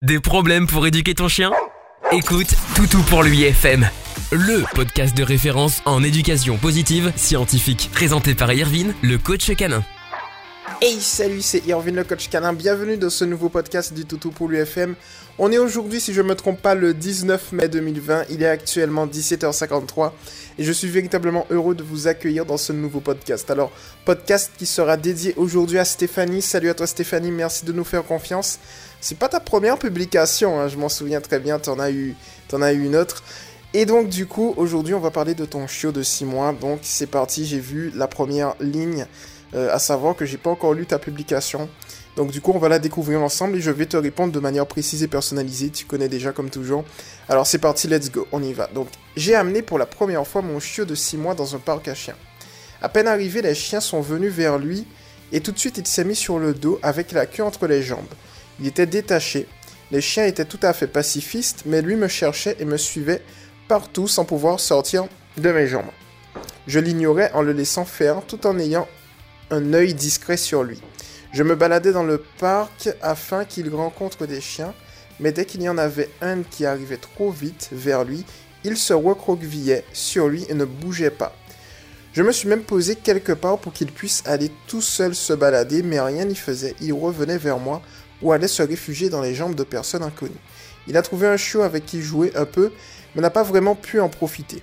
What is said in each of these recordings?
Des problèmes pour éduquer ton chien? Écoute Toutou pour lui FM, le podcast de référence en éducation positive scientifique, présenté par Irvine, le coach canin. Hey, salut, c'est Irvine, le coach canin. Bienvenue dans ce nouveau podcast du Toutou pour l'UFM. On est aujourd'hui, si je ne me trompe pas, le 19 mai 2020. Il est actuellement 17h53 et je suis véritablement heureux de vous accueillir dans ce nouveau podcast. Alors, podcast qui sera dédié aujourd'hui à Stéphanie. Salut à toi Stéphanie, merci de nous faire confiance. C'est pas ta première publication, hein, je m'en souviens très bien, t'en as eu une autre. Et donc du coup, aujourd'hui on va parler de ton chiot de 6 mois. Donc c'est parti, j'ai vu la première ligne, à savoir que j'ai pas encore lu ta publication. Donc du coup on va la découvrir ensemble et je vais te répondre de manière précise et personnalisée, tu connais déjà comme toujours. Alors c'est parti, let's go, on y va. Donc j'ai amené pour la première fois mon chiot de 6 mois dans un parc à chiens. À peine arrivé, les chiens sont venus vers lui et tout de suite il s'est mis sur le dos avec la queue entre les jambes. Il était détaché, les chiens étaient tout à fait pacifistes, mais lui me cherchait et me suivait partout sans pouvoir sortir de mes jambes. Je l'ignorais en le laissant faire tout en ayant un œil discret sur lui. Je me baladais dans le parc afin qu'il rencontre des chiens, mais dès qu'il y en avait un qui arrivait trop vite vers lui, il se recroquevillait sur lui et ne bougeait pas. Je me suis même posé quelque part pour qu'il puisse aller tout seul se balader, mais rien n'y faisait, il revenait vers moi ou allait se réfugier dans les jambes de personnes inconnues. Il a trouvé un chiot avec qui jouer un peu, mais n'a pas vraiment pu en profiter.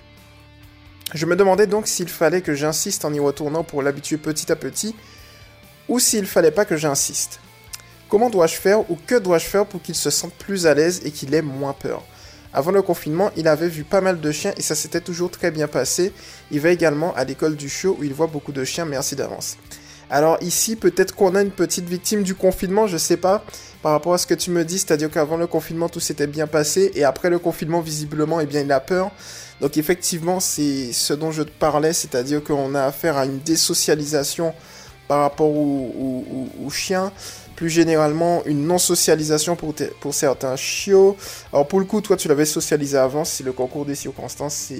Je me demandais donc s'il fallait que j'insiste en y retournant pour l'habituer petit à petit, ou s'il fallait pas que j'insiste. Comment dois-je faire ou que dois-je faire pour qu'il se sente plus à l'aise et qu'il ait moins peur? Avant le confinement, il avait vu pas mal de chiens et ça s'était toujours très bien passé. Il va également à l'école du chiot où il voit beaucoup de chiens, merci d'avance. Alors ici, peut-être qu'on a une petite victime du confinement, je sais pas, par rapport à ce que tu me dis, c'est-à-dire qu'avant le confinement, tout s'était bien passé, et après le confinement, visiblement, eh bien, il a peur. Donc effectivement, c'est ce dont je te parlais, c'est-à-dire qu'on a affaire à une désocialisation par rapport aux chiens, plus généralement une non-socialisation pour certains chiots. Alors pour le coup, toi, tu l'avais socialisé avant, c'est le concours des circonstances,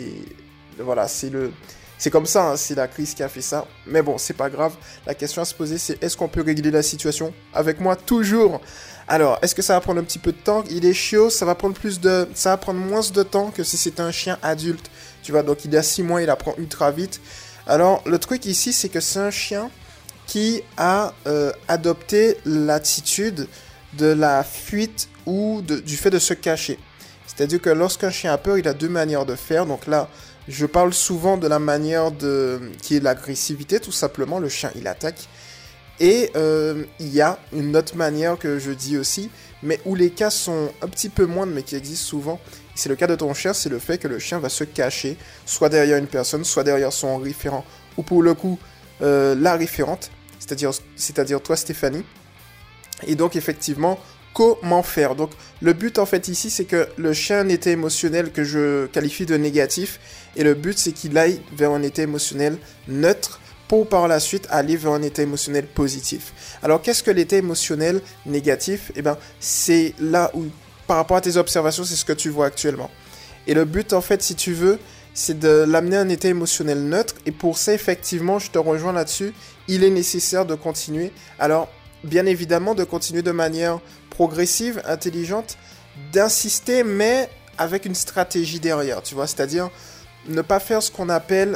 c'est comme ça, hein, c'est la crise qui a fait ça. Mais bon, c'est pas grave. La question à se poser, c'est est-ce qu'on peut régler la situation? Avec moi, toujours. Alors, est-ce que ça va prendre un petit peu de temps? Il est chiot, ça va prendre moins de temps que si c'était un chien adulte. Tu vois, donc il y a 6 mois, il apprend ultra vite. Alors, le truc ici, c'est que c'est un chien qui a adopté l'attitude de la fuite ou du fait de se cacher. C'est-à-dire que lorsqu'un chien a peur, il a deux manières de faire. Donc là, je parle souvent de la manière qui est l'agressivité, tout simplement. Le chien, il attaque. Et il y a une autre manière que je dis aussi, mais où les cas sont un petit peu moindres, mais qui existent souvent. C'est le cas de ton chien, c'est le fait que le chien va se cacher, soit derrière une personne, soit derrière son référent, ou pour le coup, la référente, c'est-à-dire toi, Stéphanie. Et donc, effectivement, comment faire? Donc, le but, en fait, ici, c'est que le chien a un état émotionnel que je qualifie de négatif, et le but, c'est qu'il aille vers un état émotionnel neutre, pour par la suite aller vers un état émotionnel positif. Alors, qu'est-ce que l'état émotionnel négatif? Eh bien, c'est là où, par rapport à tes observations, c'est ce que tu vois actuellement. Et le but, en fait, si tu veux, c'est de l'amener à un état émotionnel neutre. Et pour ça, effectivement, je te rejoins là-dessus, il est nécessaire de continuer. Alors, bien évidemment, de continuer de manière progressive, intelligente, d'insister, mais avec une stratégie derrière, tu vois, c'est-à-dire ne pas faire ce qu'on appelle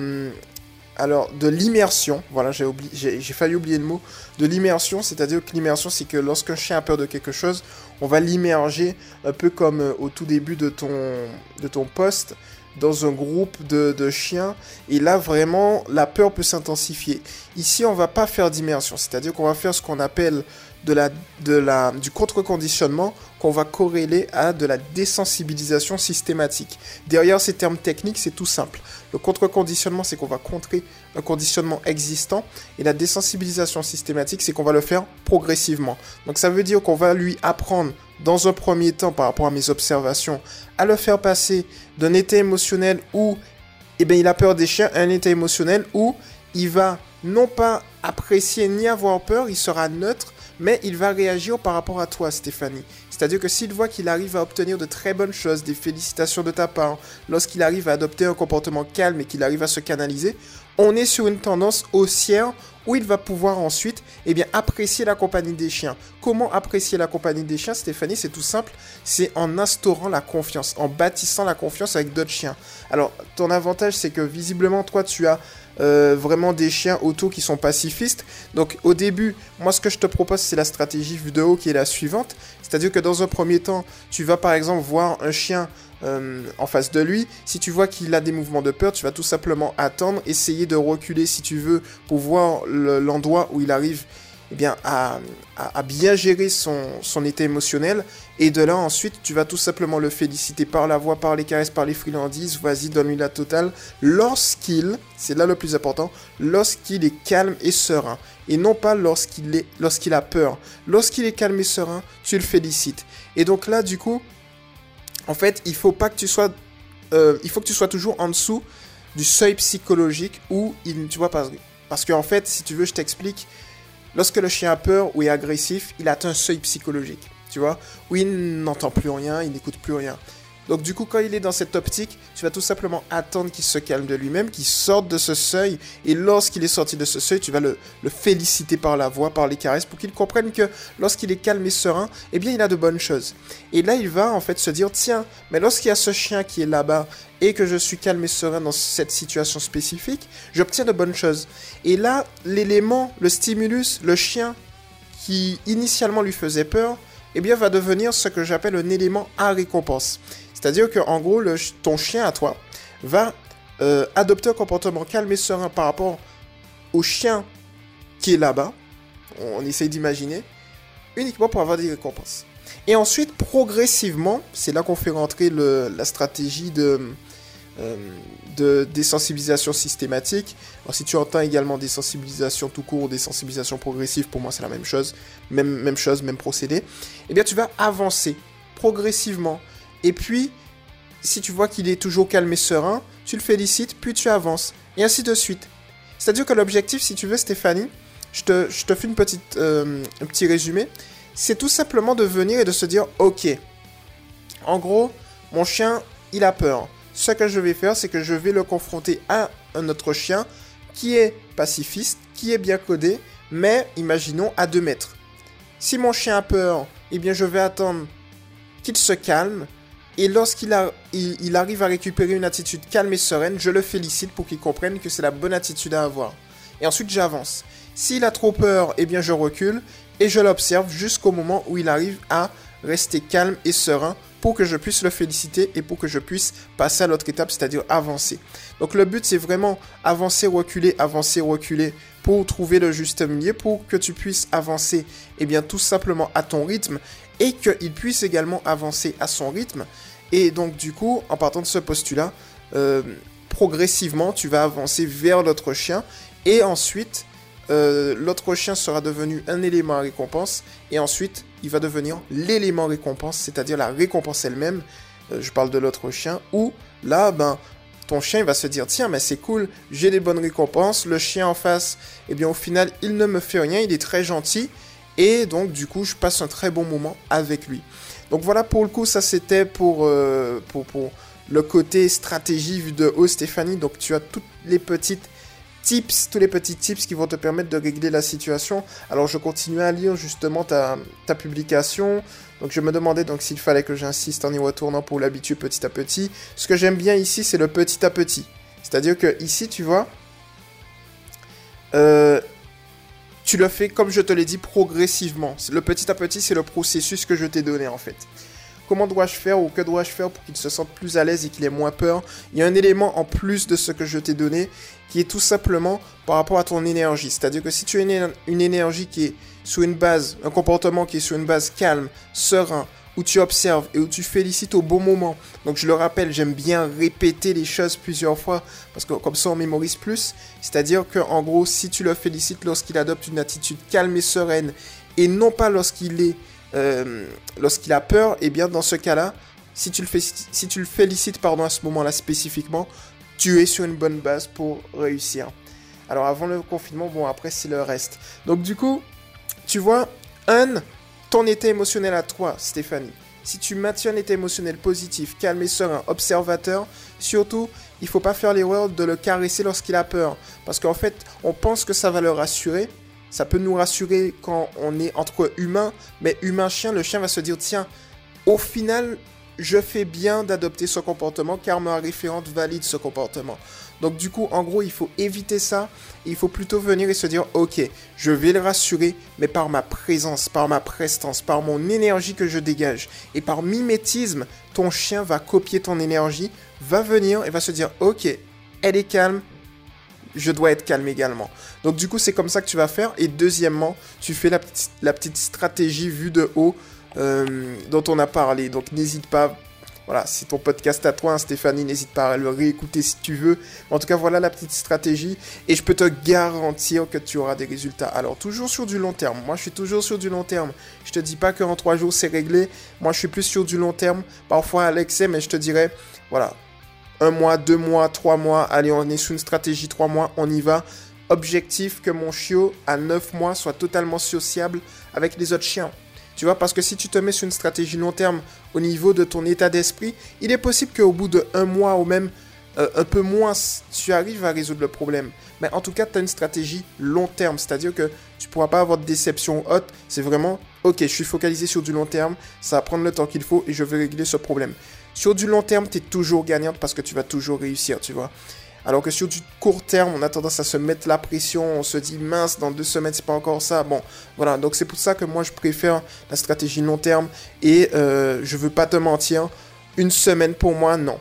de l'immersion. Voilà, j'ai failli oublier le mot. De l'immersion, c'est-à-dire que l'immersion, c'est que lorsqu'un chien a peur de quelque chose, on va l'immerger un peu comme au tout début de ton poste, dans un groupe de chiens, et là vraiment la peur peut s'intensifier. Ici on va pas faire d'immersion, c'est-à-dire qu'on va faire ce qu'on appelle du contre-conditionnement qu'on va corréler à de la désensibilisation systématique. Derrière ces termes techniques, c'est tout simple. Le contre-conditionnement, c'est qu'on va contrer un conditionnement existant, et la désensibilisation systématique, c'est qu'on va le faire progressivement. Donc ça veut dire qu'on va lui apprendre dans un premier temps, par rapport à mes observations, à le faire passer d'un état émotionnel où il a peur des chiens à un état émotionnel où il va non pas apprécier ni avoir peur, il sera neutre, mais il va réagir par rapport à toi, Stéphanie. C'est-à-dire que s'il voit qu'il arrive à obtenir de très bonnes choses, des félicitations de ta part, lorsqu'il arrive à adopter un comportement calme et qu'il arrive à se canaliser, on est sur une tendance haussière où il va pouvoir ensuite apprécier la compagnie des chiens. Comment apprécier la compagnie des chiens, Stéphanie? C'est tout simple, c'est en instaurant la confiance, en bâtissant la confiance avec d'autres chiens. Alors, ton avantage, c'est que visiblement, toi, tu as vraiment des chiens auto qui sont pacifistes. Donc, au début, moi, ce que je te propose, c'est la stratégie vue de haut qui est la suivante. C'est-à-dire que dans un premier temps, tu vas par exemple voir un chien en face de lui. Si tu vois qu'il a des mouvements de peur, tu vas tout simplement attendre, essayer de reculer si tu veux pour voir l'endroit où il arrive à bien gérer son état émotionnel. Et de là, ensuite, tu vas tout simplement le féliciter par la voix, par les caresses, par les friandises. Vas-y, donne-lui la totale. C'est là le plus important, lorsqu'il est calme et serein. Et non pas lorsqu'il a peur. Lorsqu'il est calme et serein, tu le félicites. Et donc là, du coup, en fait, il faut que tu sois toujours en dessous du seuil psychologique où tu vois, parce qu'en fait, si tu veux, je t'explique. Lorsque le chien a peur ou est agressif, il atteint un seuil psychologique, tu vois, où il n'entend plus rien, il n'écoute plus rien. Donc du coup, quand il est dans cette optique, tu vas tout simplement attendre qu'il se calme de lui-même, qu'il sorte de ce seuil, et lorsqu'il est sorti de ce seuil, tu vas le féliciter par la voix, par les caresses, pour qu'il comprenne que lorsqu'il est calme et serein, il a de bonnes choses. Et là, il va en fait se dire, tiens, mais lorsqu'il y a ce chien qui est là-bas, et que je suis calme et serein dans cette situation spécifique, j'obtiens de bonnes choses. Et là, l'élément, le stimulus, le chien qui initialement lui faisait peur, va devenir ce que j'appelle un élément à récompense. C'est-à-dire qu'en gros, ton chien à toi va adopter un comportement calme et serein par rapport au chien qui est là-bas. On essaye d'imaginer, uniquement pour avoir des récompenses. Et ensuite, progressivement, c'est là qu'on fait rentrer la stratégie de désensibilisation systématique. Alors, si tu entends également des sensibilisations tout court, des sensibilisations progressives, pour moi c'est la même chose, même procédé. Tu vas avancer progressivement. Et puis, si tu vois qu'il est toujours calme et serein, tu le félicites, puis tu avances. Et ainsi de suite. C'est-à-dire que l'objectif, si tu veux, Stéphanie, je te fais un petit résumé. C'est tout simplement de venir et de se dire, ok, en gros, mon chien, il a peur. Ce que je vais faire, c'est que je vais le confronter à un autre chien qui est pacifiste, qui est bien codé, mais imaginons à 2 mètres. Si mon chien a peur, je vais attendre qu'il se calme. Et lorsqu'il arrive à récupérer une attitude calme et sereine, je le félicite pour qu'il comprenne que c'est la bonne attitude à avoir. Et ensuite, j'avance. S'il a trop peur, je recule et je l'observe jusqu'au moment où il arrive à rester calme et serein pour que je puisse le féliciter et pour que je puisse passer à l'autre étape, c'est-à-dire avancer. Donc le but, c'est vraiment avancer, reculer pour trouver le juste milieu, pour que tu puisses avancer tout simplement à ton rythme et qu'il puisse également avancer à son rythme. Et donc du coup, en partant de ce postulat, progressivement, tu vas avancer vers l'autre chien et ensuite, l'autre chien sera devenu un élément à récompense et ensuite, il va devenir l'élément récompense, c'est-à-dire la récompense elle-même. Je parle de l'autre chien où là, ton chien il va se dire, tiens, mais c'est cool, j'ai des bonnes récompenses. Le chien en face, au final, il ne me fait rien, il est très gentil. Et donc, du coup, je passe un très bon moment avec lui. Donc voilà, pour le coup, ça c'était pour le côté stratégie vue de haut, Stéphanie. Donc tu as tous les petits tips qui vont te permettre de régler la situation. Alors je continue à lire justement ta publication. Donc je me demandais donc s'il fallait que j'insiste en y retournant pour l'habituer petit à petit. Ce que j'aime bien ici, c'est le petit à petit. C'est-à-dire que ici, tu vois, tu le fais, comme je te l'ai dit, progressivement. Le petit à petit, c'est le processus que je t'ai donné, en fait. Comment dois-je faire ou que dois-je faire pour qu'il se sente plus à l'aise et qu'il ait moins peur? Il y a un élément en plus de ce que je t'ai donné qui est tout simplement par rapport à ton énergie. C'est-à-dire que si tu as une énergie qui est sur une base, un comportement qui est sur une base calme, serein, où tu observes et où tu félicites au bon moment. Donc je le rappelle, j'aime bien répéter les choses plusieurs fois parce que comme ça on mémorise plus. C'est-à-dire qu'en gros, si tu le félicites lorsqu'il adopte une attitude calme et sereine et non pas lorsqu'il a peur, dans ce cas-là, si tu le félicites à ce moment-là spécifiquement, tu es sur une bonne base pour réussir. Alors avant le confinement, après c'est le reste. Donc du coup, tu vois, Ton état émotionnel à toi, Stéphanie. Si tu maintiens un état émotionnel positif, calme et serein, observateur, surtout, il ne faut pas faire l'erreur de le caresser lorsqu'il a peur. Parce qu'en fait, on pense que ça va le rassurer. Ça peut nous rassurer quand on est entre humains, mais humain-chien, le chien va se dire, tiens, au final, je fais bien d'adopter ce comportement car ma référente valide ce comportement. Donc du coup, en gros, il faut éviter ça. Il faut plutôt venir et se dire, ok, je vais le rassurer, mais par ma présence, par ma prestance, par mon énergie que je dégage. Et par mimétisme, ton chien va copier ton énergie, va venir et va se dire, ok, elle est calme, je dois être calme également. Donc du coup, c'est comme ça que tu vas faire. Et deuxièmement, tu fais la petite stratégie vue de haut dont on a parlé. Donc n'hésite pas. Voilà, c'est ton podcast à toi, hein, Stéphanie, n'hésite pas à le réécouter si tu veux. En tout cas, voilà la petite stratégie et je peux te garantir que tu auras des résultats. Alors, toujours sur du long terme. Moi, je suis toujours sur du long terme. Je te dis pas qu'en 3 jours, c'est réglé. Moi, je suis plus sur du long terme. Parfois à l'excès, mais je te dirais, voilà, 1 mois, 2 mois, 3 mois. Allez, on est sur une stratégie 3 mois, on y va. Objectif que mon chiot, à 9 mois, soit totalement sociable avec les autres chiens. Tu vois, parce que si tu te mets sur une stratégie long terme au niveau de ton état d'esprit, il est possible qu'au bout de 1 mois ou même un peu moins, tu arrives à résoudre le problème. Mais en tout cas, tu as une stratégie long terme, c'est-à-dire que tu ne pourras pas avoir de déception haute. C'est vraiment, ok, je suis focalisé sur du long terme, ça va prendre le temps qu'il faut et je vais régler ce problème. Sur du long terme, tu es toujours gagnante parce que tu vas toujours réussir, tu vois. Alors que sur du court terme, on a tendance à se mettre la pression, on se dit mince, dans 2 semaines, c'est pas encore ça. Bon, voilà, donc c'est pour ça que moi, je préfère la stratégie long terme et je veux pas te mentir, 1 semaine pour moi, non.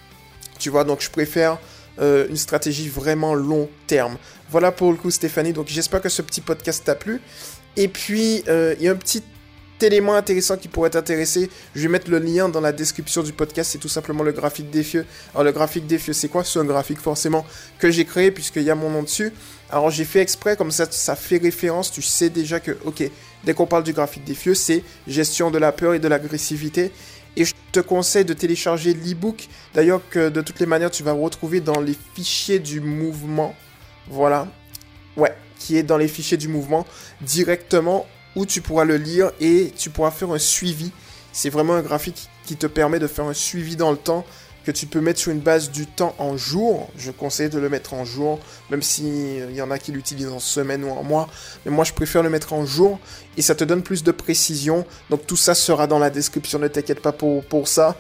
Tu vois, donc je préfère une stratégie vraiment long terme. Voilà pour le coup, Stéphanie, donc j'espère que ce petit podcast t'a plu. Et puis, il y a un petit élément intéressant qui pourrait t'intéresser, je vais mettre le lien dans la description du podcast, c'est tout simplement le graphique Defieux. Alors le graphique Defieux, c'est quoi? C'est un graphique forcément que j'ai créé puisqu'il y a mon nom dessus. Alors j'ai fait exprès, comme ça fait référence, tu sais déjà que, ok, dès qu'on parle du graphique Defieux, c'est gestion de la peur et de l'agressivité. Et je te conseille de télécharger l'e-book, d'ailleurs que de toutes les manières tu vas retrouver dans les fichiers du mouvement, voilà, ouais, qui est dans les fichiers du mouvement directement, où tu pourras le lire et tu pourras faire un suivi. C'est vraiment un graphique qui te permet de faire un suivi dans le temps que tu peux mettre sur une base du temps en jours. Je conseille de le mettre en jours, même s'il y en a qui l'utilisent en semaine ou en mois. Mais moi, je préfère le mettre en jours et ça te donne plus de précision. Donc tout ça sera dans la description, ne t'inquiète pas pour ça.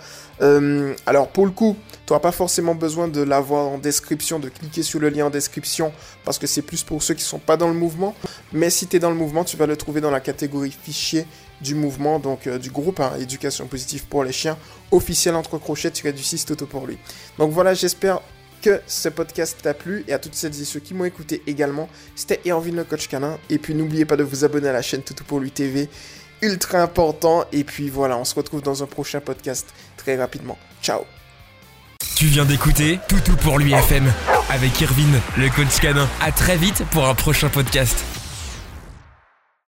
Alors pour le coup, tu n'auras pas forcément besoin de l'avoir en description, de cliquer sur le lien en description, parce que c'est plus pour ceux qui ne sont pas dans le mouvement. Mais si tu es dans le mouvement, tu vas le trouver dans la catégorie fichier du mouvement, donc du groupe éducation positive pour les chiens, officiel entre crochets -du-6 Toto pour lui. Donc voilà, j'espère que ce podcast t'a plu, et à toutes celles et ceux qui m'ont écouté également, c'était Erwin le coach canin, et puis n'oubliez pas de vous abonner à la chaîne Toto pour lui TV, ultra important, et puis voilà, on se retrouve dans un prochain podcast très rapidement. Ciao. Tu viens d'écouter Toutou pour lui FM avec Erwin, le coach canin. À très vite pour un prochain podcast.